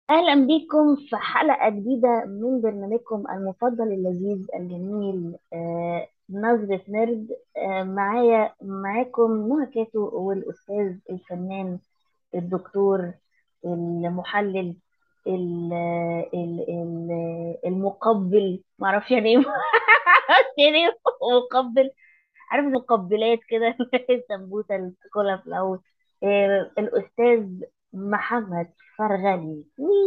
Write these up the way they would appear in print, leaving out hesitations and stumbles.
أهلا بكم في حلقة جديدة من برنامجكم المفضل اللذيذ الجميل نظرة نرد. معاكم نهى كاتو والأستاذ الفنان الدكتور المحلل المقبل، معرفش يعني ايه. يعني إيه مقبل؟ عارف المقبلات كده السمبوسة اللي بتاكلها في الأول. الأستاذ محمد فرغلي.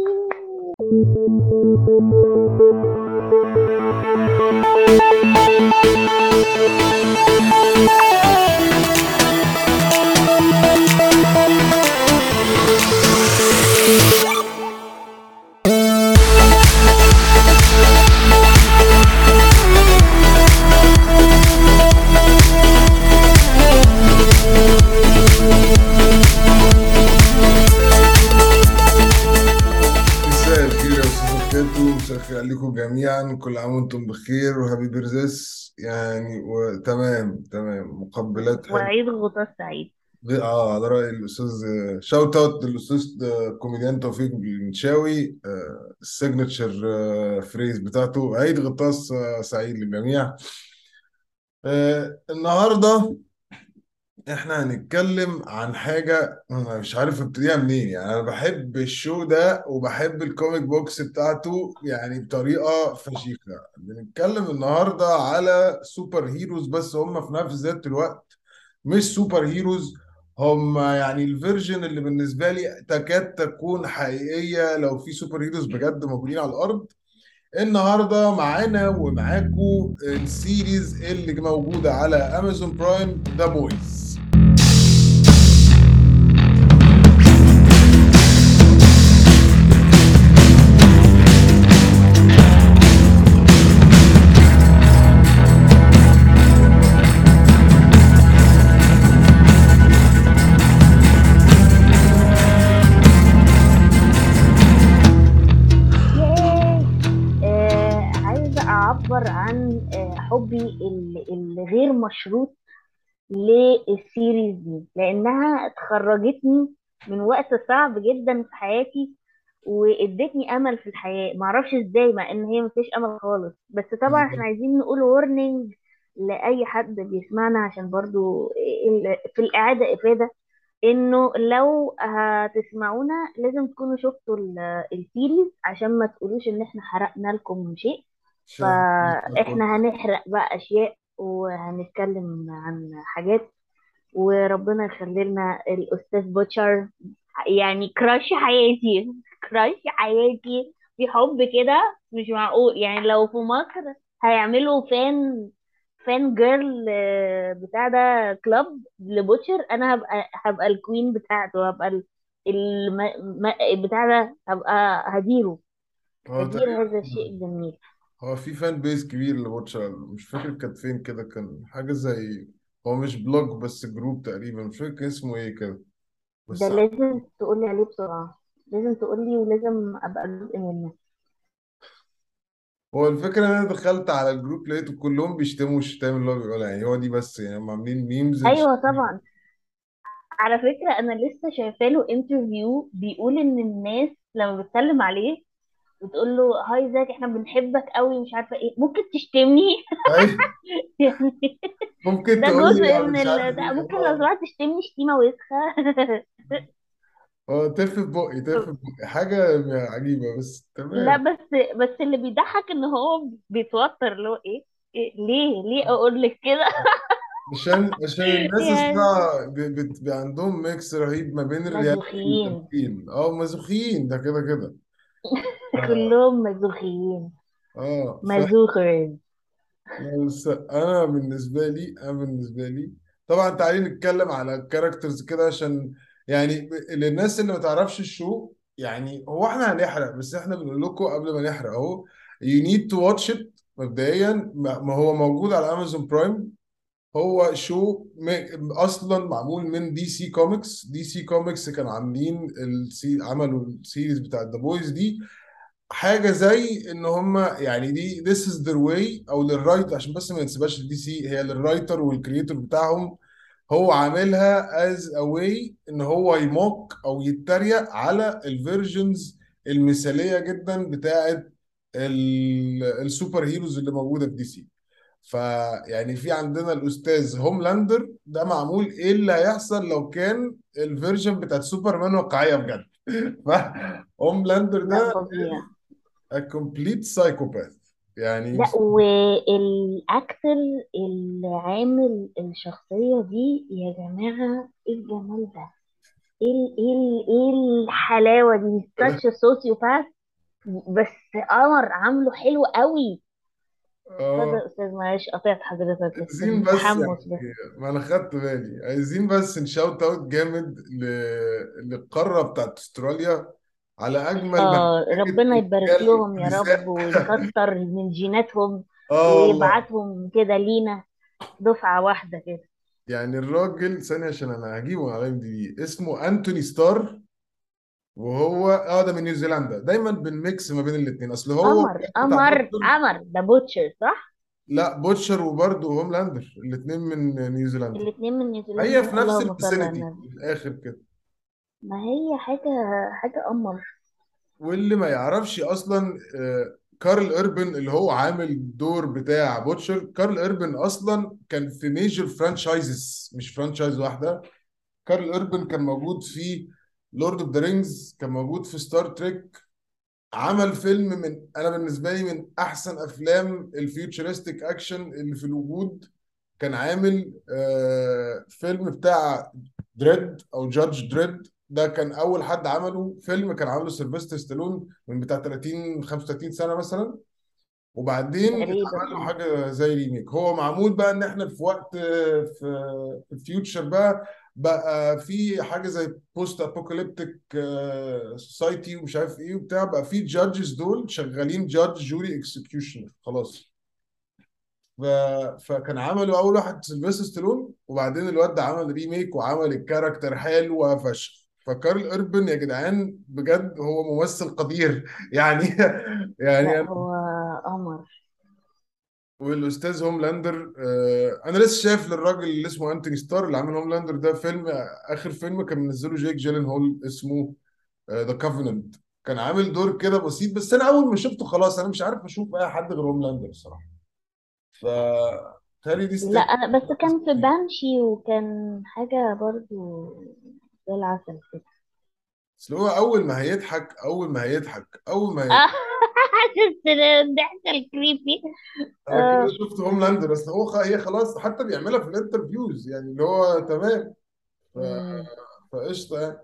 مساء الخير يا أستاذ كاتو، مساء الخير عليكم جميعا، كل عام وأنتم بخير وهابي بيرزس يعني. وتمام تمام مقبلات حلوة. وعيد غطاس سعيد. على رأي الأستاذ، شاوت أوت للأستاذ كوميديان توفيق المنشاوي. السيجنتشر فريز بتاعته عيد غطاس سعيد للجميع. النهارده احنا هنتكلم عن حاجة أنا مش عارف ابتديها منين. يعني انا بحب الشو ده وبحب الكوميك بوكس بتاعته يعني بطريقة فشيخة. بنتكلم النهاردة على سوبر هيروز، بس هم في نفس ذات الوقت مش سوبر هيروز. هم يعني الفيرجن اللي بالنسبة لي تكاد تكون حقيقية لو في سوبر هيروز بجد موجودين على الأرض. النهارده معانا ومعاكو السيريز اللي موجودة على أمازون برايم، ذا بويز. ياه. عايزة أعبر عن حبي الغير مشروط للسيريز دي، لأنها تخرجتني من وقت صعب جدا في حياتي وادتني أمل في الحياة. معرفش ازاي، مع إن هي مفيش أمل خالص، بس طبعا احنا عايزين نقول وورنينج لأي حد بيسمعنا عشان برضو في الإعادة إفادة، إنه لو هتسمعونا لازم تكونوا شفتوا السيريز عشان ما تقولوش إن احنا حرقنا لكم شيء. عشان فاحنا هنحرق بقى اشياء وهنتكلم عن حاجات، وربنا يخلي لنا الاستاذ بوتشر، يعني كراش حياتي. كراش حياتي في حب كده مش معقول. يعني لو في مصر هيعملوا فان جيرل بتاع ده كلاب لبوتشر، انا هبقى الكوين بتاعته، هبقى بتاع ده، هبقى هو هدير هذا تقريبا الشيء الجميل. هو في فان بيز كبير لواتشر، مش فاكر كانت فين كده، كان حاجة زي، هو مش بلوج بس جروب تقريبا، مش فاكر اسمه ايه كده ده بس. لازم تقولي عليه بسرعة، لازم تقولي ولازم أبقى جزء منه. هو الفكرة ان انا دخلت على الجروب لقيته كلهم بيشتموا الشتام اللي هو بيقولها، يعني هو دي بس، يعني هم عاملين ميمز. أيوة طبعا. على فكرة أنا لسه شايفة له انترفيو بيقول إن الناس لما بتسلم عليه بتقول له هاي ازيك احنا بنحبك قوي مش عارفة ايه، ممكن تشتمني؟ ايوه، يعني ممكن ده تقول لي جزء أنا من مش عارف ده، ايه. ممكن لو سمحت تشتمني شتيمة وسخة. هو تف في بقي، تف في بقي حاجة عجيبة بس لا تمام. بس اللي بيضحك ان هو بيتوتر، اللي هو إيه ليه اقول لك كده؟ عشان الناس يعني اسمها بيبقى عندهم ميكس رهيب ما بين الرياليتي مزوخيين. والتمثيل، اه مازوخيين ده كده كده. اه كلهم مزوخيين. اه. مازوخرز. لا، بس انا بالنسبه لي طبعا تعالي نتكلم على الكاركترز كده، عشان يعني للناس اللي ما تعرفش الشو، يعني هو احنا هنحرق بس احنا بنقول لكم قبل ما نحرق اهو. you need to watch it. مبدئيا ما هو موجود على امازون برايم. هو شو اصلا معمول من دي سي كوميكس. دي سي كوميكس كانوا عاملين عملوا السيريز بتاعت ذا بويز دي. حاجه زي ان هم يعني دي this is their way او للرايت، عشان بس ما نسيبهاش للدي سي، هي للرايتر والكريتور بتاعهم. هو عاملها as a way ان هو يموك او يتريق على الفيرجنز المثاليه جدا بتاعت السوبر هيروز اللي موجوده في دي سي. فيعني في عندنا الاستاذ هوملاندر ده، معمول ايه اللي هيحصل لو كان الفيرجن بتاعت سوبرمان واقعيه بجد. فهوملاندر لا ده فظيع. a complete psychopath يعني. لا والاكتر اللي عامل الشخصية دي يا جماعة، ايه الجمال ده، ايه الحلاوة دي، such a sociopath. بس قمر عامله حلو قوي. اتفضل اه يا استاذ، معلش قطعت حضرتك بس عايزين بس التحمس يعني، بس. ما انا خدت بالي، عايزين بس نشاوت اوت جامد للقاره بتاعت استراليا على اجمل ما ربنا يبارك انتاج لهم يا رب نساء. ويكتر من جيناتهم اه والله. ويبعتهم كده لينا دفعة واحدة كده. يعني الراجل ثانية عشان انا هجيبه على ام دي بي، اسمه انتوني ستار. وهو ده من نيوزيلندا. دايما بنميكس ما بين الاثنين، اصل هو قمر بتاع قمر بوتشر. قمر ده بوتشر صح؟ لا، بوتشر وبرده هوملاندر الاثنين من نيوزيلندا. الاتنين من هي في نيوزيلندا، نفس اللهم صل على الفيسينيتي النبي. من الاخر كده. ما هي حاجة قمر. واللي ما يعرفش اصلا، كارل ايربن اللي هو عامل الدور بتاع بوتشر، كارل ايربن اصلا كان في ميجر فرانشايزز مش فرانشايز واحده. كارل ايربن كان موجود في لورد اوف ذا رينجز، كان موجود في ستار تريك. عمل فيلم من انا بالنسبه لي من احسن افلام الفيوتشرستيك اكشن اللي في الوجود. كان عامل فيلم بتاع دريد او جادج دريد. ده كان اول حد عمله فيلم، كان عامله سيلفستر ستالون من بتاع 30 35 سنه مثلا. وبعدين تقريبا اتعمل له حاجه زي ريميك. هو معمول بقى ان احنا في وقت في الفيوتشر بقى في حاجه زي بوست ابوكاليبتيك سوسايتي ومش عارف ايه وبتاع. بقى في جادجز دول شغالين جادج جوري اكسكيوشنر خلاص. ف... فكان عملوا اول واحد سيلفستر ستالون، وبعدين الواد ده عمل ريميك وعمل الكاركتر حلو فشخ. فكارل ايربن يا جدعان بجد هو ممثل قدير يعني. لا يعني هو قمر. والاستاذ هوملاندر، انا لسه شايف للراجل اللي اسمه انتوني ستار اللي عامل هوملاندر ده فيلم. اخر فيلم كان منزله جيك جيلين هول اسمه ذا كوفيننت. كان عامل دور كده بسيط، بس انا اول ما شفته خلاص انا مش عارف اشوف اي حد غير هوملاندر الصراحه. ف تالي دي لا ستيب. أنا بس كان في بانشي وكان حاجة برضو زي العسل كده. بس هو اول ما هيضحك. شفت الضحك الكريبي. انا كده آه. شفت هوملاندر. اصل هي خلاص حتى بيعملها في الانترفيوز يعني اللي هو تمام. ف... مم. فقشطه يعني.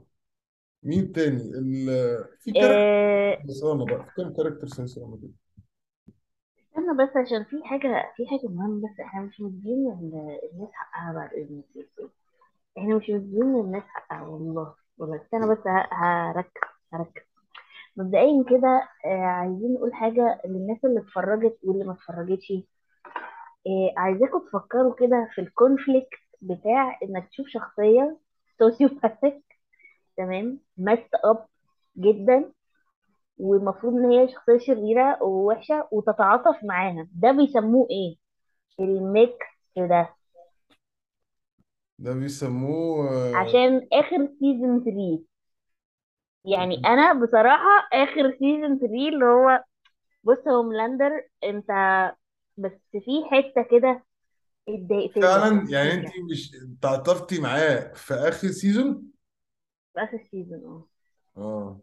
مين تاني في كاركتر آه، سلسلة بقى، في كام كاركتر سلسلة كده. استنى بس عشان في حاجة مهمة، بس احنا مش مدين الناس حقها بعد إذن الله. احنا مش مدين الناس حقها والله. والله استنى بس هركز. مبدئيا كده عايزين نقول حاجة للناس اللي اتفرجت واللي ما اتفرجتش. عايزاكم تفكروا كده في الكونفليكت بتاع انك تشوف شخصية سوسيوباثيك، تمام، ماست اب جدا، والمفروض ان هي شخصية شريرة ووحشة وتتعاطف معاها. ده بيسموه ايه؟ الميكس ده. ده بيسموه عشان اخر سيزون 3، يعني انا بصراحة اخر سيزون 3 اللي هو، بص هو ملاندر انت بس في حتة كده اتضايقت لك فعلا يعني انت سيكا مش تعاطفتي معاه في اخر سيزون. في اخر سيزون. اه. اه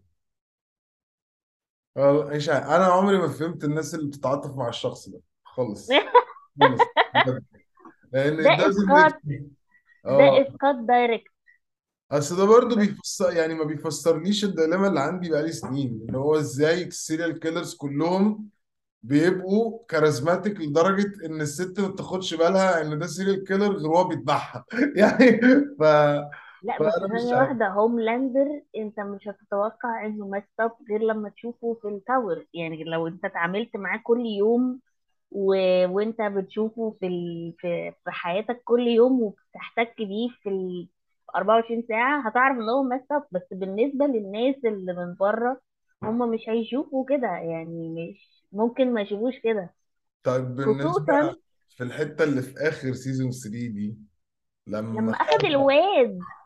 مش عارف. انا عمري ما فهمت الناس اللي بتتعاطف مع الشخص ده خالص. خالص بجد. لان ده it doesn't make اسقاط. sense. ده اه اسقاط دايركت. اصل ده برضه بس بيفسر، يعني ما بيفسرليش الديليما اللي عندي بقالي سنين، ان هو ازاي السيريال كيلرز كلهم بيبقوا كاريزماتيك لدرجه ان الست ما بتاخدش بالها ان ده سيريال كيلر غير هو بيذبحها. يعني ف... لا بس فانا مش ثانية عارف. واحدة، هوملاندر انت مش هتتوقع انه ماست غير لما تشوفه في التاور. يعني لو انت اتعاملت معاه كل يوم وانت بتشوفه في حياتك كل يوم وبتحتك بيه في 24 ساعة، هتعرف ان هو ماست بس بالنسبة للناس اللي من بره هم مش هيشوفوا كده، يعني مش ممكن ما يشوفوش كده. طيب بالنسبة خصوصا في الحتة اللي في آخر سيزون 3 دي، لما لما اخد الواد.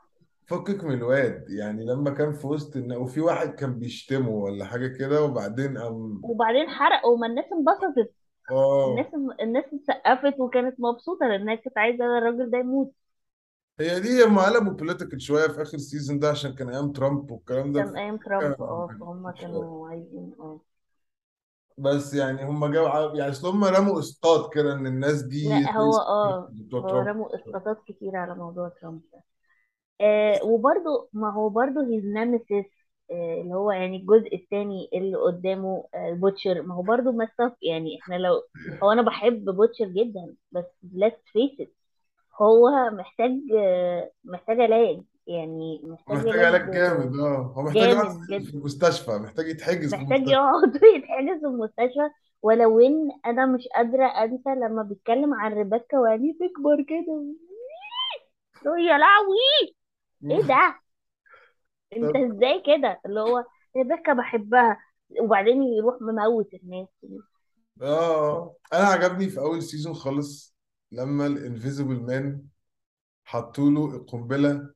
فكك من الواد، يعني لما كان في وسط وفي واحد كان بيشتمه ولا حاجة كده، وبعدين قام. وبعدين حرقوا، ما الناس انبسطت. الناس اه. الناس سقفت وكانت مبسوطة لأن الناس كانت عايزة الراجل ده يموت. هي دي هم قلبوا بوليتيكال شوية في آخر سيزون ده عشان كان أيام ترامب والكلام ده كان أيام ترامب، فهم شوية. كانوا عايزين بس يعني هم جابوا يعني اصل هم رموا اسقاط كده ان الناس دي لا هو زي بتوع هو ترامب. رموا اسقاطات كتير على موضوع ترامب ده. وبرضه ما هو برضه هيز نيمسيس، اللي هو يعني الجزء الثاني اللي قدامه بوتشر، ما هو برضه مسف يعني. احنا لو هو انا بحب بوتشر جدا، بس let's face it، هو محتاج علاج، يعني محتاج محتاج علاج علاج جامد، هو محتاج يقعد جامد جدا. في المستشفى، محتاج يتحجز في محتاج المستشفى. يقعد ويتحجز في المستشفى. ولو ان انا مش قادره انسى لما بيتكلم عن ريبيكا وعينيه تكبر كده، يا لهوي، ايه ده؟ انت طب ازاي كده؟ اللي هو ريبيكا بحبها، وبعدين يروح مموت الناس. انا عجبني في اول سيزون خالص لما الانفيزيبل مان حطوا له القنبله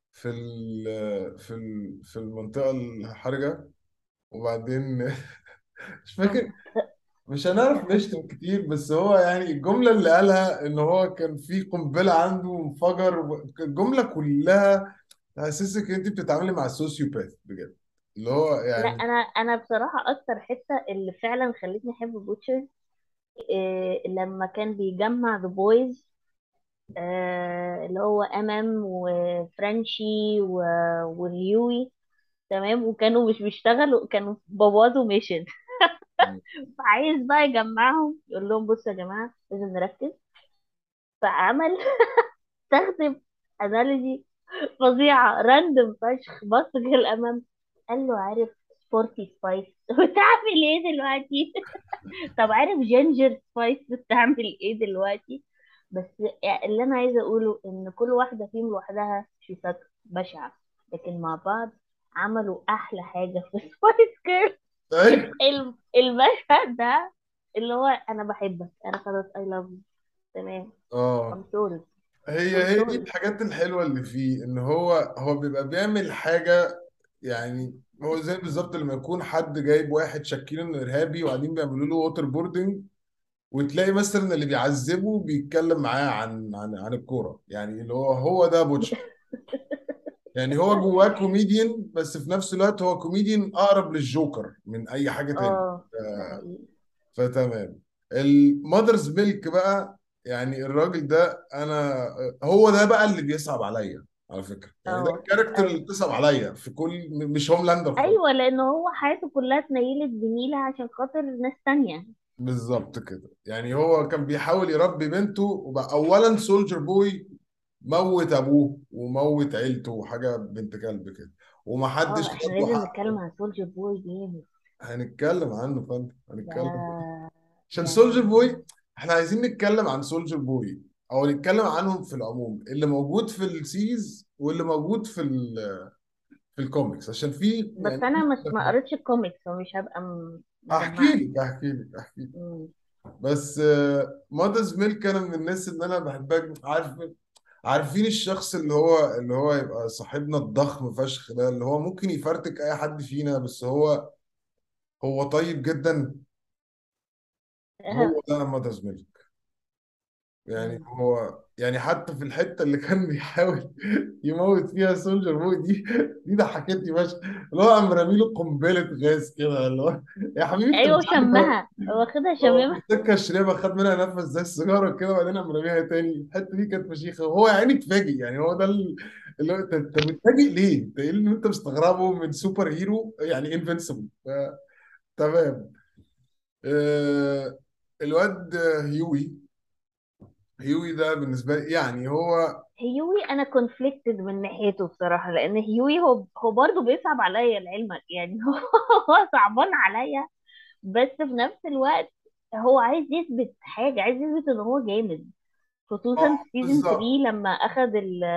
في المنطقه الحرجه، وبعدين مش فاكر، مش هنعرف نشتم كتير، بس هو يعني الجملة اللي قالها ان هو كان في قنبلة عنده وانفجر، الجملة كلها تحسسك ان انت بتتعاملي مع سوسيوباث بجد، اللي هو لا، يعني. انا بصراحه اكتر حته اللي فعلا خلتني احب بوتشر لما كان بيجمع ذا بويز، اللي هو امام وفرنشي وهيوي، تمام، وكانوا مش بيشتغلوا، كانوا بوظوا ميشن. فعايز بقى يجمعهم، يقول لهم بصوا يا جماعه لازم نركز. فعمل استخدم انالوجي فظيعه راندوم فشخ، بص كده الامام، قال له عارف سبورتي سبايس بتعمل ايه دلوقتي؟ طب عارف جينجر سبايس بتعمل ايه دلوقتي؟ بس اللي انا عايزه اقوله ان كل واحده فيهم لوحدها شيفات بشعه، لكن مع بعض عملوا احلى حاجه في سبايس جيرل. ايوه. المشهد ده اللي هو انا بحبك، انا خلاص اي لاف يو، تمام، ام اه، سوري، ام هي دي سوري. الحاجات الحلوة اللي فيه، ان هو بيبقى بيعمل حاجة، يعني هو زي بالظبط لما يكون حد جايب واحد شاكين انه ارهابي وقاعدين بيعملوا له ووتر بوردنج، وتلاقي مثلا اللي بيعذبه بيتكلم معاه عن الكوره، يعني اللي هو ده بوتشر. يعني هو جواه كوميديان، بس في نفس الوقت هو كوميديان اقرب للجوكر من اي حاجه تاني. اه ده حقيقي. فتمام. المادرز ميلك بقى، يعني الراجل ده انا، هو ده بقى اللي بيصعب عليا على فكره، يعني ده اه الكاركتر اللي ايوه بيصعب عليا في كل، مش هوملاندر خالص. ايوه، لان هو حياته كلها اتنيلت بنيلة عشان خاطر ناس تانية. بالظبط كده، يعني هو كان بيحاول يربي بنته، وبقى اولا سولجر بوي موت ابوه وموت عيلته وحاجه بنت كلب كده، اه ومحدش احنا خد له لازم حقه. نتكلم عن سولجر بوي جامد. هنتكلم عنه فندم، هنتكلم ده عشان سولجر يعني بوي. احنا عايزين نتكلم عن سولجر بوي، او نتكلم عنهم في العموم، اللي موجود في السيريز واللي موجود في الكوميكس، عشان في بس يعني انا مش ما قريتش الكوميكس، فمش هبقى احكي مجمعة. لك احكي لك احكي لك. مم. بس مادرز ميلك انا من الناس اللي انا بحبها، عارفين الشخص اللي هو يبقى صاحبنا الضخم فشخ ده، اللي هو ممكن يفرتك اي حد فينا، بس هو طيب جدا. هو ده ماترز ميلك. يعني مم. هو يعني حتى في الحته اللي كان بيحاول يموت فيها سولجر بوي دي ضحكتني فشخ، اللي هو قام رامي له قنبله غاز كده، اللي هو يا حبيبي انت ايوه مش عارف. شمها، واخدها هو شمامة. مسكها الشريبه، خد منها نفس زي السيجاره كده، وبعدين قام راميها تاني. الحته دي كانت فشيخه، وهو يعني اتفاجئ، يعني هو ده اللي هو انت متفاجئ ليه؟ انت ايه اللي انت مستغربه من سوبر هيرو يعني انفنسبل؟ تمام. آه الواد هيوي ده بالنسبه لي يعني هو. هيوي انا كونفليكتد من ناحيته بصراحة، لان هيوي هو برضه بيصعب عليا لعلمك يعني. هو صعبان عليا، بس في نفس الوقت هو عايز يثبت حاجة، عايز يثبت ان هو جامد، خصوصا في سيزون 3 بالظبط. لما اخد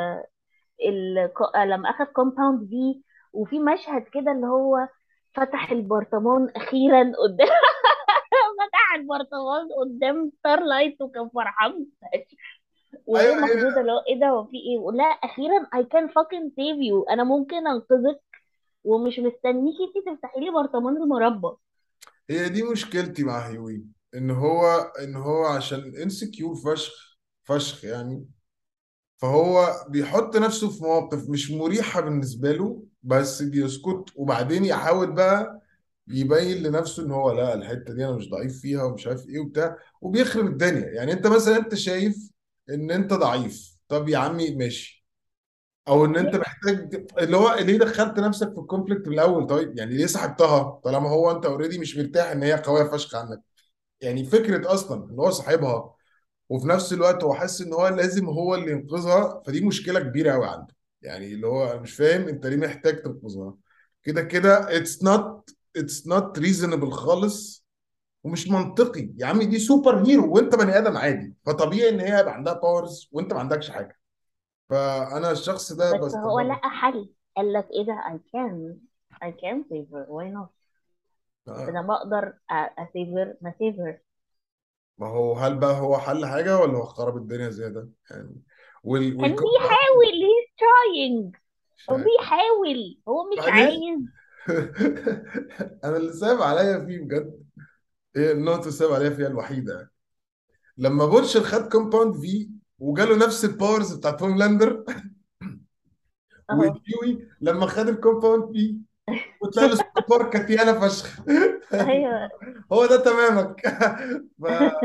لما اخد كومباوند بي. وفي مشهد كده اللي هو فتح البرطمان اخيرا قدام فتح البرطمان قدام ستارلايت وكان فرحان. وهي ايوه هي. مخضوضة، اللي هو ايه ده، هو في ايه؟ ولا اخيرا I can fucking save you، انا ممكن انقذك، ومش مستنيكي انتي تفتحي لي برطمان المربى. هي دي مشكلتي مع هيوي، ان هو عشان انسكيور فشخ فشخ يعني. فهو بيحط نفسه في مواقف مش مريحة بالنسبة له، بس بيسكت وبعدين يحاول بقى يبين لنفسه ان هو لا، الحتة دي انا مش ضعيف فيها ومش عارف ايه وبتاع، وبيخرب الدنيا. يعني انت مثلا انت شايف ان انت ضعيف، طب يا عمي ماشي. او ان انت محتاج اللي هو ليه دخلت نفسك في الكونفليكت من الاول؟ طيب يعني ليه صاحبتها طالما هو انت اوريدي مش مرتاح ان هي قوية فشخ عنك؟ يعني فكرة اصلا ان هو صاحبها وفي نفس الوقت هو حاسس ان هو لازم هو اللي ينقذها، فدي مشكله كبيره قوي عنده. يعني اللي هو انا مش فاهم انت ليه محتاج تنقذها. كده كده اتس نوت ريزونبل خالص، ومش منطقي. يا عمي دي سوبر هيرو وانت بني ادم عادي، فطبيعي ان هي يبقى عندها باورز وانت ما عندكش حاجه. فانا الشخص ده بس هو بستغربه. لقى حل، قال لك ايه ده، I can save her, why not؟ اذا آه، ما اقدر اسيفر ما سيفر. ما هو هل بقى هو حل حاجه ولا هو خرب الدنيا زياده يعني؟ كان والكومباوند بيحاول، he's trying. مش هو عارف. بيحاول، هو مش بعدين عايز. انا اللي صعب عليا فيه بجد، هي النقطة اللي صعب عليها فيها الوحيدة يعني. لما بوتشر خد كومباوند في وجاله نفس الباورز بتاعت هوملاندر، اهو. وهيوي لما خد الكومباوند في وتلاقي له سوبر باور كاتيانا فشخ. ايوه. هو ده تمامك. ف...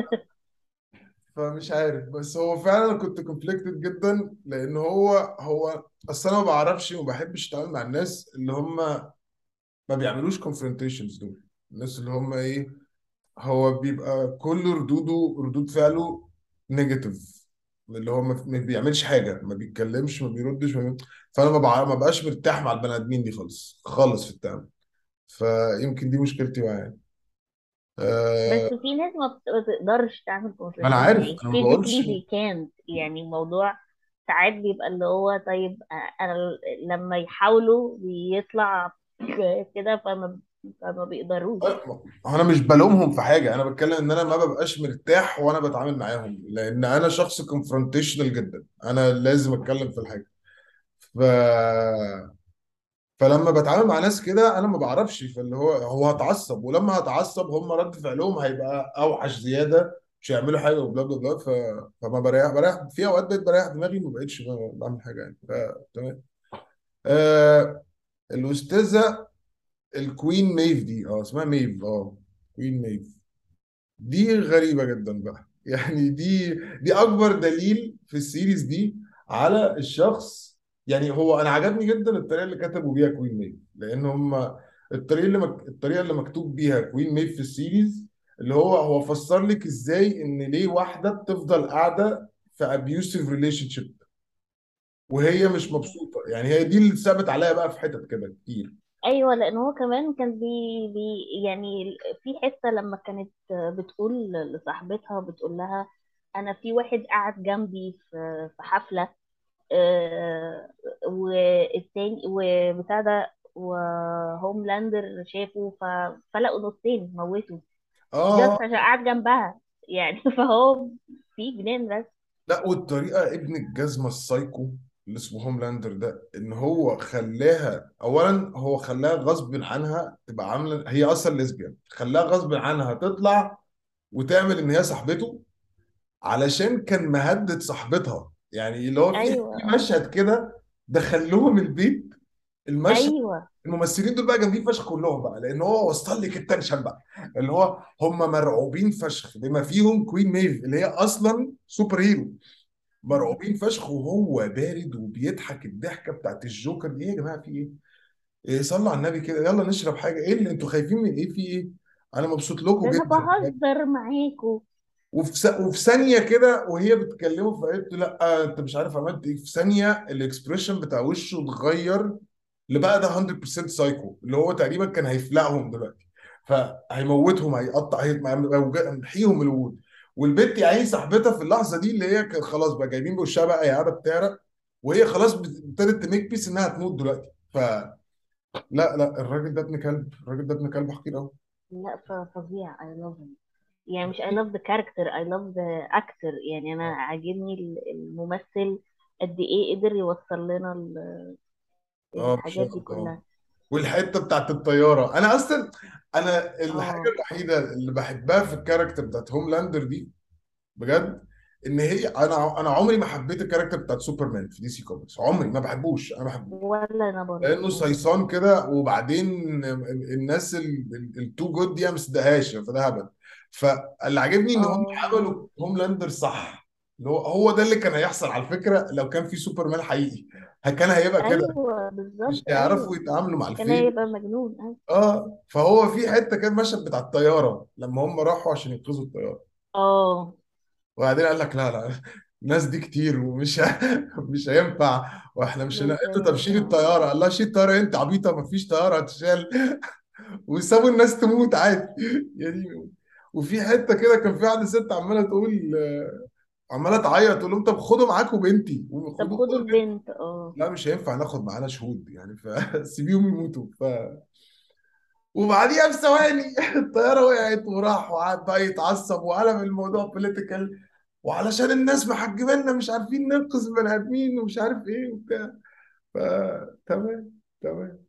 فمش عارف، بس هو فعلا أنا كنت كونفليكتد جدا، لان هو اصل انا ما بعرفش وما بحبش اتعامل مع الناس اللي هم ما بيعملوش كونفرونتيشنز دول. الناس اللي هم ايه، هو بيبقى كل ردود فعله نيجاتيف، اللي هو ما بيعملش حاجه، ما بيتكلمش، ما بيردش، فانا ما بقاش مرتاح مع البني ادمين دي خالص خالص في التعامل. فيمكن دي مشكلتي معاه يعني. بس أه. في ناس ما بتقدرش تعمل ما انا confrontation، عارف، يعني انا ما بقولش. physically they can't، يعني الموضوع ساعات بيبقى اللي هو طيب، انا لما يحاولوا بيطلع كده، فما بيقدروش. انا مش بلومهم في حاجه، انا بتكلم ان انا ما ببقاش مرتاح وانا بتعامل معاهم، لان انا شخص كونفرونتيشنال جدا، انا لازم اتكلم في الحاجه. ف فلما بتعامل مع ناس كده انا ما بعرفش، فاللي هو هتعصب، ولما هتعصب هم رد فعلهم هيبقى اوحش زياده، مش هيعملوا حاجه وبلا بلا بلا. فما بريح في اوقات بقيت بريح دماغي، ما بقتش بعمل حاجه يعني. تمام. الاستاذه الكوين ميف دي، اسمها ميف، كوين ميف، دي غريبة جدا بقى. يعني دي أكبر دليل في السيريز دي على الشخص. يعني هو أنا عجبني جدا الطريقة اللي كتبوا بيها كوين ميف، لأن هم الطريقة اللي مكتوب بيها كوين ميف في السيريز، اللي هو فسر لك إزاي إن ليه واحدة بتفضل قاعدة في abusive relationship وهي مش مبسوطة. يعني هي دي اللي ثابت عليها بقى في حتت كده كتير. ايوه، لان هو كمان كان يعني في حته لما كانت بتقول لصاحبتها، بتقول لها انا في واحد قاعد جنبي في حفله، والتاني وبتاع ده، وهوملاندر شافه، فلقوا نصين موته اه. جاست عشان قاعد جنبها يعني. فهو في جنان بس. لا، والطريقه ابن الجزمه السايكو اللي اسمه هوملاندر ده، ان هو خلاها اولا، هو خلاها غصب عنها تبقى عامله، هي اصلا ليزبيان، خلاها غصب عنها تطلع وتعمل ان هي صاحبته، علشان كان مهدد صاحبتها. يعني اللي هو في ايوه، مشهد كده دخلوهم البيت، المشهد ايوه، الممثلين دول بقى جامدين فشخ كلهم بقى، لان هو وصل لك التنشن بقى، اللي هو هم مرعوبين فشخ بما فيهم كوين ميف اللي هي اصلا سوبر هيرو، مرعوبين فشخ، وهو بارد وبيضحك الضحكه بتاعت الجوكر دي. ايه يا جماعه في ايه؟ إيه، صلوا على النبي كده، يلا نشرب حاجه، ايه اللي انتوا خايفين من ايه؟ في ايه؟ انا مبسوط ده لكم انا جدا. بهزر معاكوا. وفي ثانيه كده وهي بتكلمه فقالت له لا انت مش عارف عملت ايه، في ثانيه الاكسبريشن بتاع وشه اتغير لبقى ده 100% سايكو، اللي هو تقريبا كان هيفلقهم دلوقتي، فهيموتهم، هيقطع، هيمحيهم من الوجود. والبنت يا عيني صاحبتها في اللحظه دي اللي هي كانت خلاص بقى جايبين بوشها بقى، هي قاعده بتعرق وهي خلاص ابتدت تميك بيس انها تموت دلوقتي. فلا لا، الراجل ده ابن كلب، الراجل ده ابن كلب حقير قوي. لا، فظيع، I love him. يعني مش I love the character, I love the actor. يعني انا عاجبني الممثل قد ايه قدر يوصل لنا اه الحاجات دي بالظبط اه. كلها. والحته بتاعت الطياره، انا اصلا انا الحاجه اه. الوحيده اللي بحبها في الكاركتر بتاعت هوملاندر دي بجد، ان هي انا عمري ما حبيت الكاركتر بتاعت سوبرمان في دي سي كوميكس، عمري ما بحبوش، انا بحبه ولا انا برضو. لانه صيصان كده، وبعدين الناس التو جود دي ما مصدقهاش، فده هبل. فاللي عاجبني ان هم اه بالظبط. عملوا هوملاندر صح، اللي هو ده اللي كان هيحصل على فكره لو كان في سوبرمان حقيقي، كان هيبقى كده، ايوه مش بالظبط هيعرفوا ايوه. يتعاملوا مع كان الفيك. هيبقى مجنون ايوه. اه فهو في حته كان مشهد بتاع الطياره لما هم راحوا عشان ينقذوا الطياره، اه وبعدين قال لك لا لا، الناس دي كتير ومش مش هينفع، واحنا مش مش انتوا طب شيل هينفع. الطياره، قال لها شيل الطياره إيه؟ انت عبيطه، مفيش طياره هتشال. وسابوا الناس تموت عادي يعني. وفي حته كده كان في واحده ست عماله تقول، عماله تعيط تقول لهم طب خدوا معاكم بنتي طب وخدوا خدوا البنت. البنت اه. لا مش هينفع ناخد معانا شهود يعني، فسيبيهم يموتوا وبعديها بثواني الطياره وقعت وراح، وقعد بقى يتعصب وقلب الموضوع بوليتيكال، وعلشان الناس محجبيننا مش عارفين ننقذ بني ادمين ومش عارف ايه وبتاع. فتمام تمام.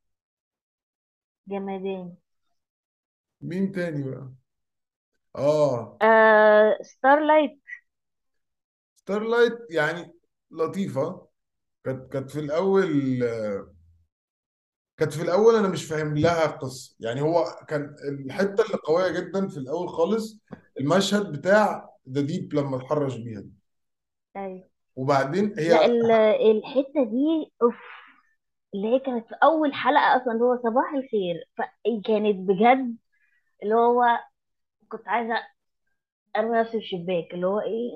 جمدان. مين تاني بقى؟ اه ستارلايت. ستارلايت يعني لطيفة. كانت في الأول، كانت في الأول أنا مش فاهم لها قصة يعني. هو كان الحتة اللي قوية جدا في الأول خالص المشهد بتاع ذا ديب لما اتحرش بيها دي، ايوه. وبعدين لا هي. الحتة دي اوف، اللي هي كانت في اول حلقة اصلا اللي هو صباح الخير، فكانت بجد اللي هو كنت عايزة ارمي نفسي في الشباك اللي هو ايه.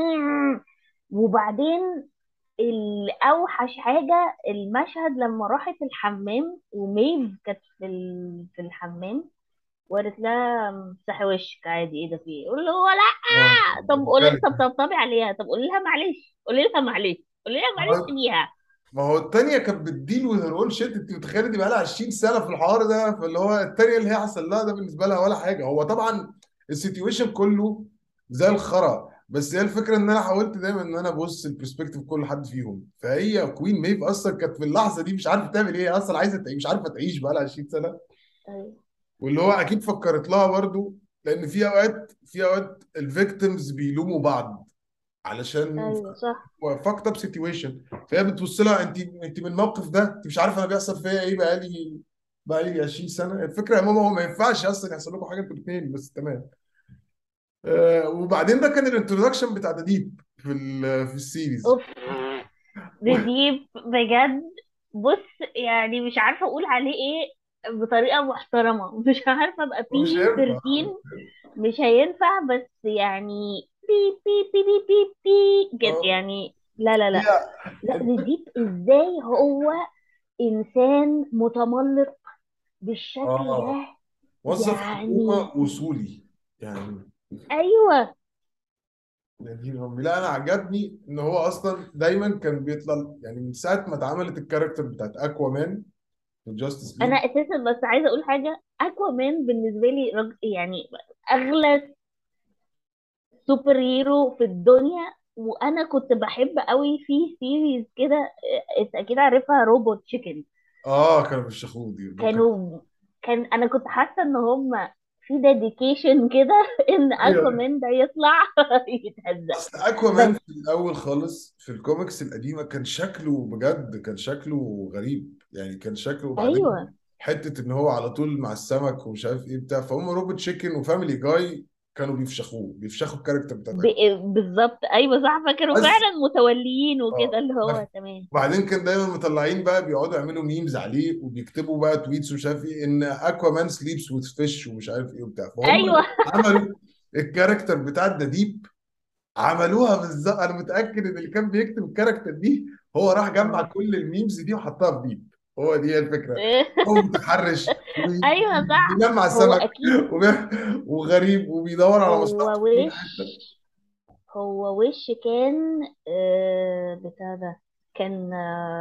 وبعدين الاوحش حاجة المشهد لما راحت الحمام وميف كانت في الحمام، وقالت لها امسحي وشك عادي، ايه ده فيه ايه، يقول له هو لا. اه طب قولي، وكانت، طب طبطبي عليها، طب قولي لها معلش، قولي لها معلش، قولي لها معلش بيها. ما هو التانية كانت بتديل وذ هير اون شيت، انت متخيل دي بقى لها 20 سنة في الحوار ده، فاللي هو التانية اللي هي حصل لها ده بالنسبة لها ولا حاجة. هو طبعا السيتويشن كله زي الخرا، بس هي الفكرة ان انا حاولت دايما ان انا ابص البرسبكتيف كل حد فيهم، فهي كوين ميف اصلا كانت في اللحظة دي مش عارفة تعمل ايه اصلا، عايزة تعيش مش عارفة تعيش بقى لها 20 سنة. ايوه واللي هو اكيد فكرت لها برضو، لان في اوقات الفيكتيمز بيلوموا بعض علشان ايوه صح. فاكت اب سيتويشن، فهي بتبص لها انت من الموقف ده انت مش عارفه انا بيحصل فيا ايه بقالي 20 سنه. الفكره يا ماما هو ما ينفعش اصلا يحصل لكم حاجه انتوا الاثنين، بس تمام. وبعدين ده كان الانترودكشن بتاع ديب في السيريز. اوف. دي بجد. بص، يعني مش عارفه اقول عليه ايه بطريقه محترمه. مش عارفه ابقى مش بيجي هينفع. 13، مش هينفع، بس يعني بي بي بي بي بي بي كده اه يعني. لا لا هي لا. لا ديب ازاي هو انسان متملق بالشكل اه ده؟ وظف يعني حكومه وصولي يعني. ايوه. لا انا عجبني ان هو اصلا دايما كان بيطلع يعني من ساعه ما اتعملت الكاركتر بتاعت اكوا مان في جاستس انا ليج. اساسا بس عايزه اقول حاجه، اكوا مان بالنسبه لي يعني اغلى سوبر هيرو في الدنيا. وانا كنت بحب قوي في سيريز كده، انت اكيد عارفها، روبوت تشيكن. اه كانوا بيشخوه دي ده كان. كانوا كان انا كنت حاسه ان هم في ديديكيشن كده ان اكوا ايوه مان ده يطلع يتهزق. اصل اكوا مان بس في الاول خالص في الكوميكس القديمه كان شكله بجد كان شكله غريب يعني، كان شكله وبعدين ايوه حته ان هو على طول مع السمك ومش عارف ايه بتاع، فهم روبوت شيكن وفاميلي جاي كانوا بيفشخوا الكاركتر بتاعت اكوا. بالظبط ايوه صح، فكانوا بس فعلا متوليين وكده اه اللي هو تمام. وبعدين كان دايما مطلعين بقى بيقعدوا يعملوا ميمز عليه وبيكتبوا بقى تويتس ومش عارف ايه ان اكوا مان سليبس وذ فيش ومش عارف ايه وبتاع، فهم ايوه عملوا الكاركتر بتاع الديب، عملوها بالظبط. انا متاكد ان اللي كان بيكتب الكاركتر دي هو راح جمع اه. كل الميمز دي وحطها في ديب. هو دي هي الفكره، هو متحرش ايوه صح. وبينام مع هو السمك اكيد. وغريب وبيدور على هو مصلحته في كل وش حته. هو وش كان بتاع ده. كان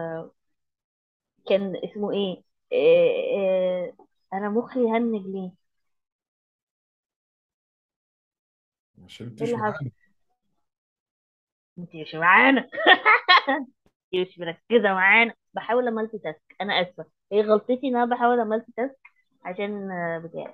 كان اسمه ايه؟ انا مخي هنج ليه. عشان انت ايه مش اللي حصل؟ معانا. انت مش معانا. انت مش مركزه معانا. بحاول امالتي تاسك، انا اسفه. هي غلطتي ان انا بحاول امالتي تاسك عشان بتاع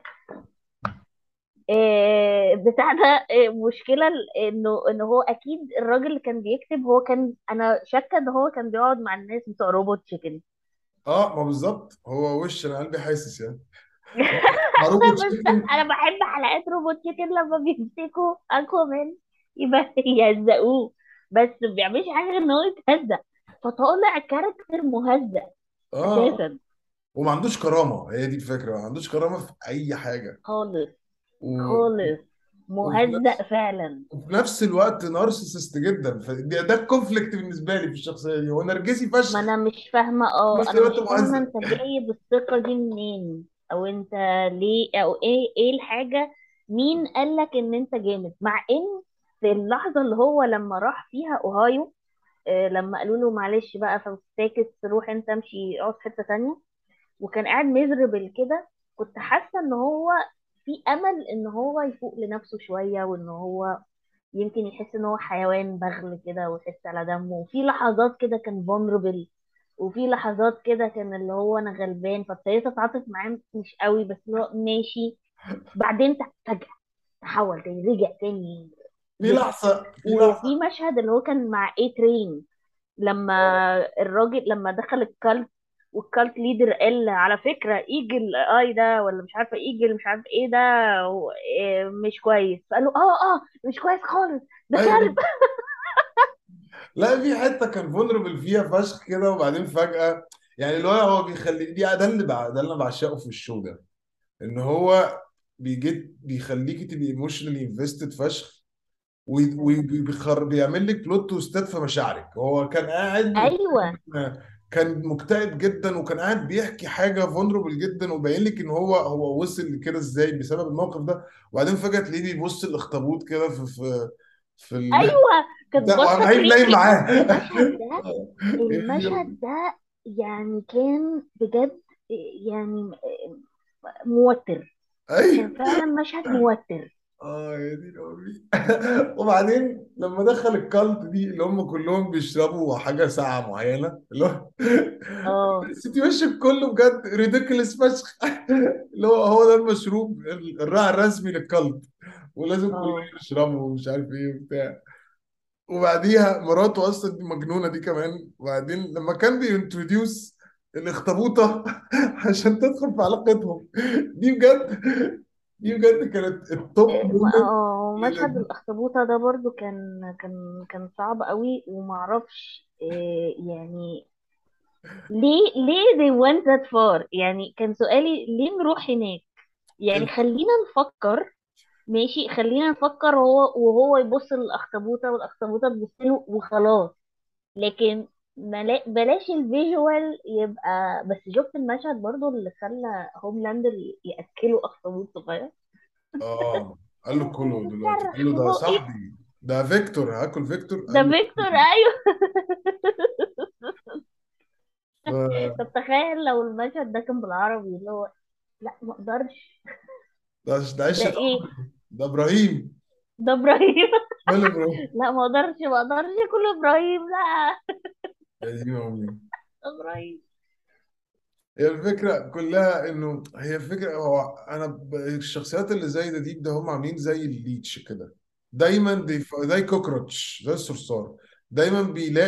بتاع ده. مشكله انه هو اكيد الراجل اللي كان بيكتب، هو كان، انا شاكه ان هو كان بيقعد مع الناس بتوع روبوت تشيكن. اه ما بالظبط، هو وش انا قلبي حاسس يعني. مع روبوت بس تشيكن. انا بحب حلقات روبوت تشيكن لما بيمسكوا اكوامان يبقى يهزقوه، بس ما بيعملش حاجه غير ان هو يتهزق، فطالع كاركتر مهزأ اه اساسا. وما عندوش كرامه، هي دي الفكره، ما عندوش كرامه في اي حاجه. خالص. و... خالص. وفي مهزأ نفس فعلا. وفي نفس الوقت نارسست جدا، ده الكونفليكت بالنسبه لي في الشخصيه دي، هو نرجسي ما فشخ انا مش فاهمه، في نفس انا الوقت مش فاهمه مهزأ. انت جاي بالثقه دي منين، او انت ليه، او ايه الحاجه. مين قالك ان انت جامد، مع ان في اللحظه اللي هو لما راح فيها اوهايو، لما قالوا له معلش بقى فاكس روح انت امشي اقعد في حته تانية، وكان قاعد ميزربل كده، كنت حاسه ان هو في امل ان هو يفوق لنفسه شويه، وان هو يمكن يحس ان هو حيوان بغل كده ويحس على دمه. وفي لحظات كده كان فولنربل، وفي لحظات كده كان اللي هو انا غلبان، فابتديت اتعاطف معاه مش قوي بس اللي هو ماشي. بعدين فجأة تحول تاني، رجع تاني في زفت. لحظه في وفي لحظه مشهد اللي هو كان مع اي ترين، لما الراجل لما دخل الكالت، والكالت ليدر قال على فكرة ايجل اي ده، ولا مش عارفة ايجل مش عارفة ايه ده، مش كويس. فقال له مش كويس خالص، ده ايوه. كلب. لا في حته كان فولنربل فيها فشخ كده، وبعدين فجاه يعني اللي هو بيخلي دي، ده اللي انا بعشقه في الشو ده، ان هو بيخليكي تبقي ايموشنالي انفستد فشخ، بيعمل لك بلوت تويستات في مشاعرك. هو كان قاعد ايوه. كان مكتئب جدا، وكان قاعد بيحكي حاجه فولنربل جدا، وباين لك ان هو وصل لكده ازاي بسبب الموقف ده. وبعدين فجاه تلاقيه بيبص الاخطبوط كده في ايوه كانت بتاع، وقام باصه قايم نايم كريبي. معاه. المشهد ده، المشهد ده يعني كان بجد، يعني موتر. كان ايوه. فعلا مشهد موتر. اه يا دين امي. وبعدين لما دخل الكالت دي اللي هم كلهم بيشربوا حاجه ساعه معينه، اللي هو اه. السيتويشن كله بجد ريديكولس فشخ. اللي هو ده المشروب الراعي الرسمي للكالت، ولازم كلنا اه. نشربه ومش عارف ايه وبتاع. وبعديها مراته اصلا دي مجنونه دي كمان، وبعدين لما كان بينتروديوس الاخطبوطه عشان تدخل في علاقتهم، دي بجد دي بجد كانت التوب مومنت. مشهد الاخطبوطه ده برضو كان صعب قوي، ومعرفش يعني ليه they went that far. يعني كان سؤالي ليه نروح هناك؟ يعني خلينا نفكر. ماشي، خلينا نفكر هو وهو يبص للاخطبوطه والاخطبوطه تبص له وخلاص. لكن بلاش الفيجوال يبقى بس. شفت المشهد برضو اللي خلى هوملاندر ياكلوا اخطبوط صغير؟ اه قال له كله دلوقتي، قال صرخ له في ده بقي. صاحبي، ده فيكتور، هاكل فيكتور، ده قال له فيكتور، ايوه. ف- طب تخيل لو المشهد ده كان بالعربي، اللي هو لا ما اقدرش. ده ده عشة ايه؟ عمري، ده ابراهيم. ده ابراهيم. قال له ابراهيم. لا ما اقدرش اكل ابراهيم، لا. يا دين امي. ابراهيم. هي الفكره كلها انه هي الفكره، هو الشخصيات اللي زي ده هم عاملين زي الليتش كده، دايما زي كوكروتش، زي الصرصار، دايما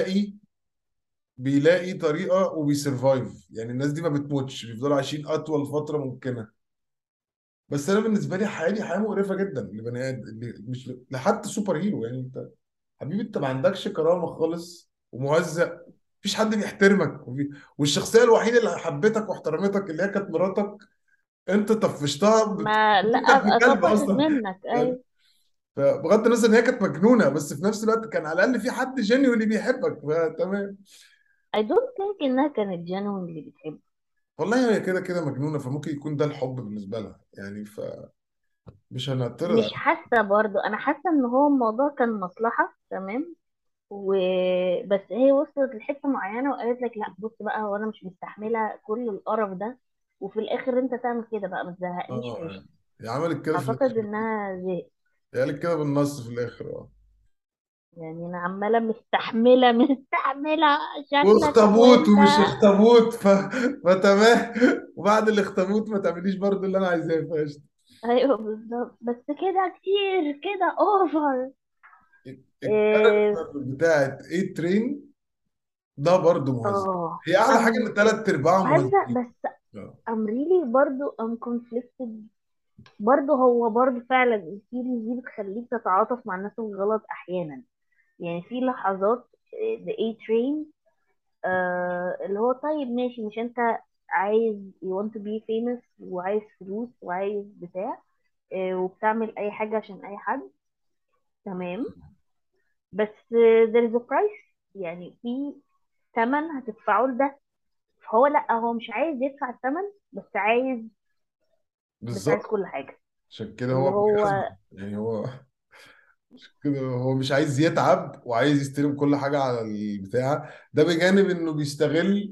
بيلاقي طريقه وبيسرفايف. يعني الناس دي ما بتموتش، بيفضلوا عايشين اطول فتره ممكنه. بس انا بالنسبه لي حياه دي حياه مقرفه جدا لبني ادم، مش لحتى سوبر هيرو. يعني انت حبيبي انت ما عندكش كرامه خالص ومهزأ، مفيش حد بيحترمك والشخصيه الوحيده اللي حبتك واحترمتك اللي هي كانت مراتك، انت طفشتها ما لا بتكتب في كلب طفشت اصلا. منك، يعني ايوه. فبغض النظر ان هي كانت مجنونه، بس في نفس الوقت كان على الاقل في حد جينيولي بيحبك، فتمام. I don't think انها كانت genuine اللي بتحبه. والله هي كده كده مجنونه، فممكن يكون ده الحب بالنسبه لها يعني، فمش هنعترض مش عليه. حاسه برضو، انا حاسه ان هو الموضوع كان مصلحه تمام. وبس هي وصلت لحته معينه وقالت لك لا بص بقى، هو انا مش مستحمله كل القرف ده، وفي الاخر انت تعمل كده بقى ما تزهقنيش اه عيش. يعني عملت كده في اعتقد الاخر. انها زهقت. قالك كده بالنص في الاخر اه. يعني انا عماله مستحمله مستحمله، شكلك واخطبوط وانت. ومش اخطبوط فتمام. وبعد الاخطبوط ما تعمليش برضو اللي انا عايزاه فقشطة. ايوه بالظبط، بس كده كتير كده اوفر. اه. الكاركتر بتاعت اي ترين ده برضو مهزأ. هي احلى حاجه ام ان ثلاث ارباعهم مهزأ، مهزأين. بس ام ريلي برضو ام كونفليكتد. برضو هو برضو فعلا السيريز دي بتخليك تتعاطف مع الناس الغلط احيانا. يعني في لحظات The A Train، اللي هو طيب ماشي، مش انت عايز you want to be famous وعايز فلوس وعايز بتاع، وبتعمل اي حاجة عشان اي حد، تمام. بس there is a price، يعني في ثمن هتدفعه لده. فهو لا، هو مش عايز يدفع الثمن، بس عايز بالظبط. كل حاجة. عشان كده اللي هو هو بيخزن يعني هو كده هو مش عايز يتعب وعايز يستلم كل حاجه على البتاع ده، بجانب انه بيستغل.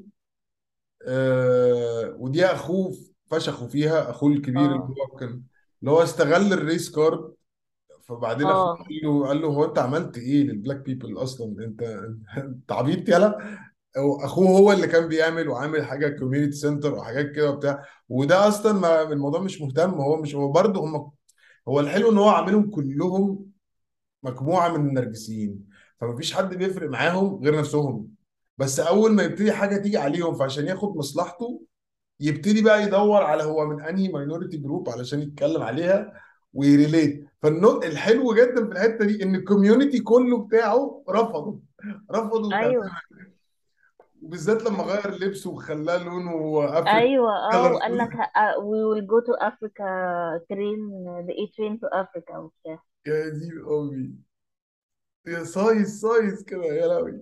ودي اخوه فشخوا فيها، اخوه الكبير اللي اه هو كان، اللي هو استغل الريس كارد. فبعدين اخوه اه قال له هو انت عملت ايه للبلاك بيبل اصلا انت؟ انت عبيط يالا. اخوه هو اللي كان بيعمل وعامل حاجه كوميونتي سنتر وحاجات كده وبتاع. وده اصلا ما الموضوع مش مهتم، هو مش هو برضه هم. هو الحلو ان هو عاملهم كلهم مجموعه من النرجسيين، فمفيش حد بيفرق معاهم غير نفسهم. بس اول ما يبتدي حاجه تيجي عليهم فعشان ياخد مصلحته، يبتدي بقى يدور على هو من انهي ماينورتي جروب علشان يتكلم عليها ويريليت. الحلو جدا في الحته دي ان الكوميونتي كله بتاعه رفضوا ايوه تماما. وبالذات لما غير لبسه وخلاه لونه افريكا ايوه اه، كلر. وقال لك we will go to Africa train the A train to Africa وبتاع. يا دي امي، يا صايص كده يا لهوي.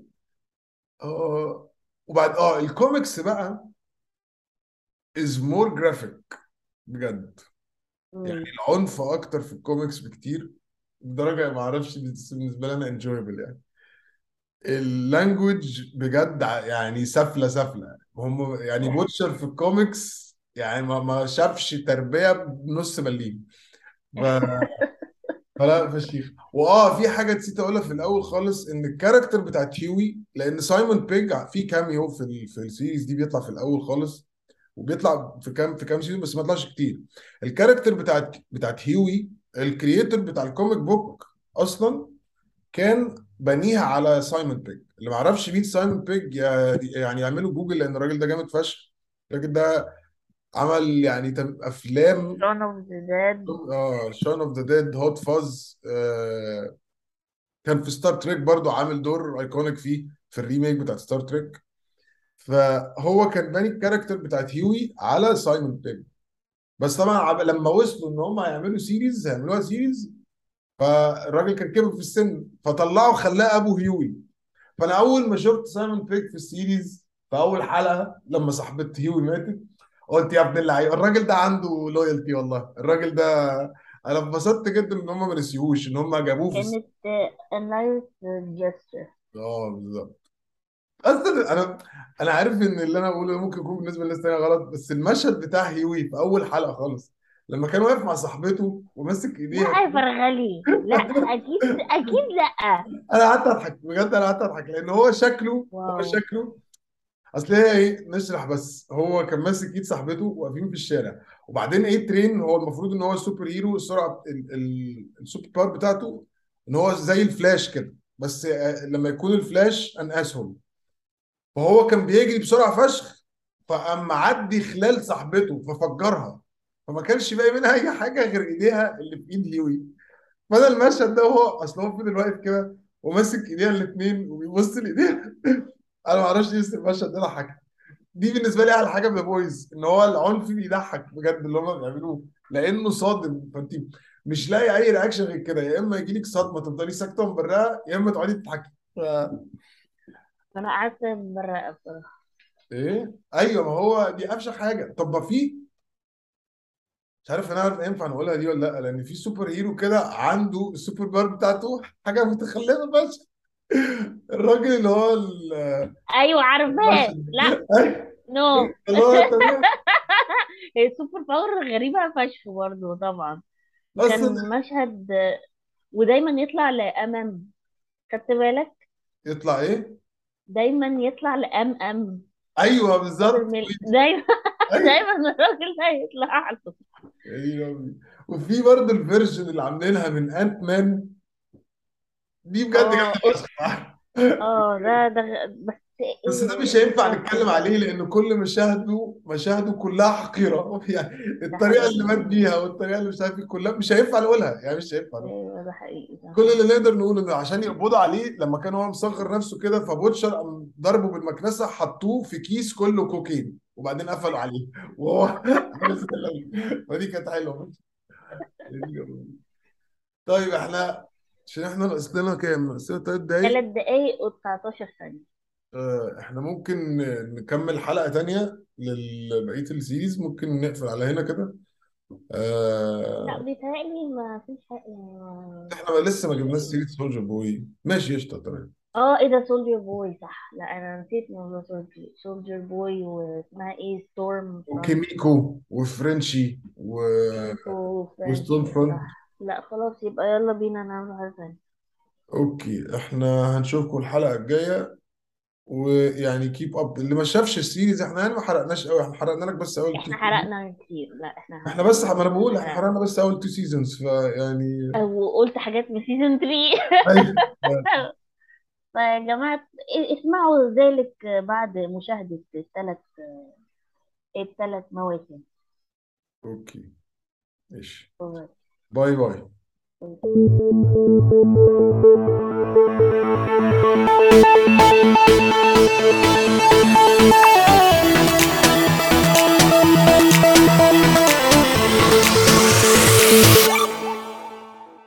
اه. وبعد الكوميكس بقى از مور جرافيك بجد. يعني مم. العنف اكتر في الكوميكس بكتير، بدرجه ما اعرفش، بس بالنسبه لي انا انجويبل يعني. اللانجوج بجد يعني سفله هم يعني بوتشر في الكوميكس يعني ما شافش تربيه بنص مليم. ف- فلا فشيخ. في حاجه نسيت اقولها في الاول خالص، ان الكاركتر بتاعت هيوي، لان سايمون بيج في كاميو في السيريز دي بيطلع في الاول خالص، وبيطلع في كام سيزون بس ما طلعش كتير. الكاركتر بتاعت هيوي، الكرييتور بتاع الكوميك بوك اصلا كان بنيها على سايمون بيج. اللي ما يعرفش مين سايمون بيج يعني يعملوا جوجل، لان الراجل ده جامد فشخ. الراجل ده عمل يعني افلام. Shaun of the Dead. شون اوف ذا ديد، هوت فاز. كان في ستار تريك برضو عامل دور ايكونيك فيه في الريميك بتاعت ستار تريك. فهو كان باني الكاركتر بتاعت هيوي على سايمون بيج. بس طبعا لما وصلوا ان هم هيعملوها سيريز، فالراجل كان كبر في السن فطلعه خلاه ابو هيوي. فانا اول ما شفت سايمون بيج في السيريز في اول حلقه لما صاحبة هيوي ماتت، قلت يا ابن اللعيبه الراجل ده عنده لويالتي والله الراجل ده. انا اتبسطت جدا ان هم ما نسيوش ان هم جابوه في كانت a nice gesture. بالظبط. اصلا انا عارف ان اللي انا بقوله ده ممكن يكون بالنسبه للناس تانيه غلط، بس المشهد بتاع هيوي في اول حلقه خالص لما كان واقف مع صاحبته وماسك لا ايديها يا كده. فرغلي، لا اكيد اكيد لا. انا قعدت اضحك بجد، انا قعدت اضحك لان هو واو. شكله. اصل هي ايه نشرح، بس هو كان ماسك ايد صاحبته واقفين في الشارع. وبعدين ايه ترين هو المفروض ان هو سوبر هيرو، السرعه السوبر باور بتاعته ان هو زي الفلاش كده، بس لما يكون الفلاش ان اسهم. فهو كان بيجري بسرعه فشخ، فقام معدي خلال صاحبته ففجرها. فما كانش باقي منها اي حاجه غير ايديها اللي في ايد هيوي. فانا المشهد ده هو اصل هو فضل واقف كده وماسك ايديها الاثنين وبيبص لايديها. انا ما اعرفش ليه بس المشهد ده ضحك. دي بالنسبه لي احلى حاجه في ذا بويز، ان هو العنف بيضحك بجد اللي هم بيعملوه، لانه صادم. فانت مش لاقي اي رياكشن غير كده، يا اما يجي لك صدمه تفضلي ساكته ومبرقه، يا اما تقعدي تضحكي. انا قعدت برا بصراحه. ايه ايوه، ما هو دي افشخ حاجه. طب ما في، مش عارف انا عارف ينفع نقولها دي ولا لا، لان في سوبر هيرو كده عنده السوبر باور بتاعته حاجه متخلفه فشخ. الراجل اللي هو ايوه عارفاه، المشهد. لا. نو. اللي هو تمام. هي سوبر باور غريبه فشخ برضه طبعا. اصلا كان مشهد ودايما يطلع لأمام. خدت بالك؟ يطلع ايه؟ دايما يطلع لأمام. ايوه راجل بالظبط. دايما. ايوه. دايما الراجل ده يطلع له. ايوه. وفي برضه الفيرجن اللي عاملينها من انت مان، دي بجد اه جامده فشخ. اه، بس بس ده ايه مش هينفع نتكلم الفكرة؟ عليه لان كل مشاهده كلها حقيره يعني. ده الطريقه اللي حقيقي. مات بيها والطريقه اللي مش عارف إيه كلها مش هينفع نقولها، يعني مش هينفع نقولها. ايوه ده حقيقي ده. كل اللي نقدر نقوله انه عشان يقبضوا عليه لما كان هو مصغر نفسه كده، فبوتشر قام ضربه بالمكنسه، حطوه في كيس كله كوكين وبعدين قفلوا عليه وهو عامل زي فدي كانت حلوه. طيب احنا، عشان احنا ناقص لنا كام؟ ناقص لنا 3 دقايق. 3 دقايق و19 ثانية. احنا ممكن نكمل حلقة تانية لبقية السيريز، ممكن نقفل على هنا كده. لا آه، بيتهيألي ما فيش حاجة احنا لسه ما جبناش سيرة سولجر بوي. ماشي قشطة تمام. اه ايه ده، سولجر بوي صح. لا انا نسيت موضوع سولجر بوي، واسمها ايه، ستورم فرونت. وكيميكو وفرنشي كيميكو وستون فرنشي فرونت. صح. لا خلاص، يبقى يلا بينا نعمل حاجة تانية. اوكي احنا هنشوفكم الحلقة الجاية. ويعني كيب اب اللي ما شافش السيريز، احنا يعني ما حرقناش قوي، احنا حرقنا لك بس اول تو احنا سيزون. حرقنا كتير. لا احنا احنا بس ما انا احنا بقول احنا حرقنا. حرقنا بس اول تو سيزونز فيعني. وقلت حاجات من سيزون 3. ايوه. فيا جماعة اسمعوا ذلك بعد مشاهدة الثلاث مواسم. اوكي ماشي. باي باي.